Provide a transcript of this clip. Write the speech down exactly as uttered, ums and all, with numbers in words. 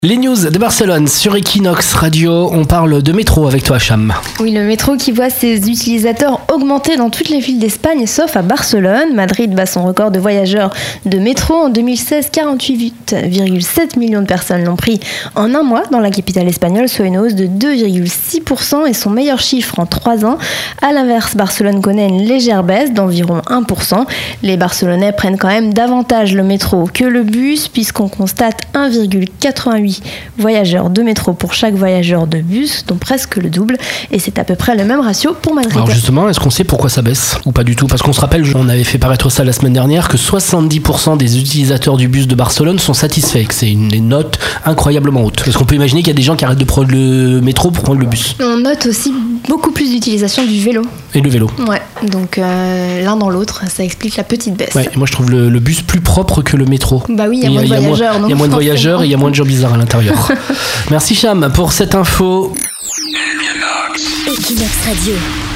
Les news de Barcelone sur Equinox Radio, on parle de métro avec toi Cham. Oui, le métro qui voit ses utilisateurs augmenter dans toutes les villes d'Espagne sauf à Barcelone. Madrid bat son record de voyageurs de métro. En deux mille seize, quarante-huit virgule sept millions de personnes l'ont pris en un mois dans la capitale espagnole, soit une hausse de deux virgule six pour cent et son meilleur chiffre en trois ans. A l'inverse, Barcelone connaît une légère baisse d'environ un pour cent. Les Barcelonais prennent quand même davantage le métro que le bus puisqu'on constate un virgule quatre-vingt-huit voyageurs de métro pour chaque voyageur de bus, donc presque le double, et c'est à peu près le même ratio pour Madrid. Alors justement, est-ce qu'on sait pourquoi ça baisse ou pas du tout? Parce qu'on se rappelle, on avait fait paraître ça la semaine dernière, que soixante-dix pour cent des utilisateurs du bus de Barcelone sont satisfaits, que c'est une note incroyablement haute. Parce qu'on peut imaginer qu'il y a des gens qui arrêtent de prendre le métro pour prendre le bus. On note aussi beaucoup plus d'utilisation du vélo. Et le vélo. Ouais, donc euh, l'un dans l'autre, ça explique la petite baisse. Ouais, moi je trouve le, le bus plus propre que le métro. Bah oui, il y a moins de voyageurs. Il y a moins de voyageurs et il y a moins de gens bizarres à l'intérieur. Merci Cham pour cette info. Equinox Radio.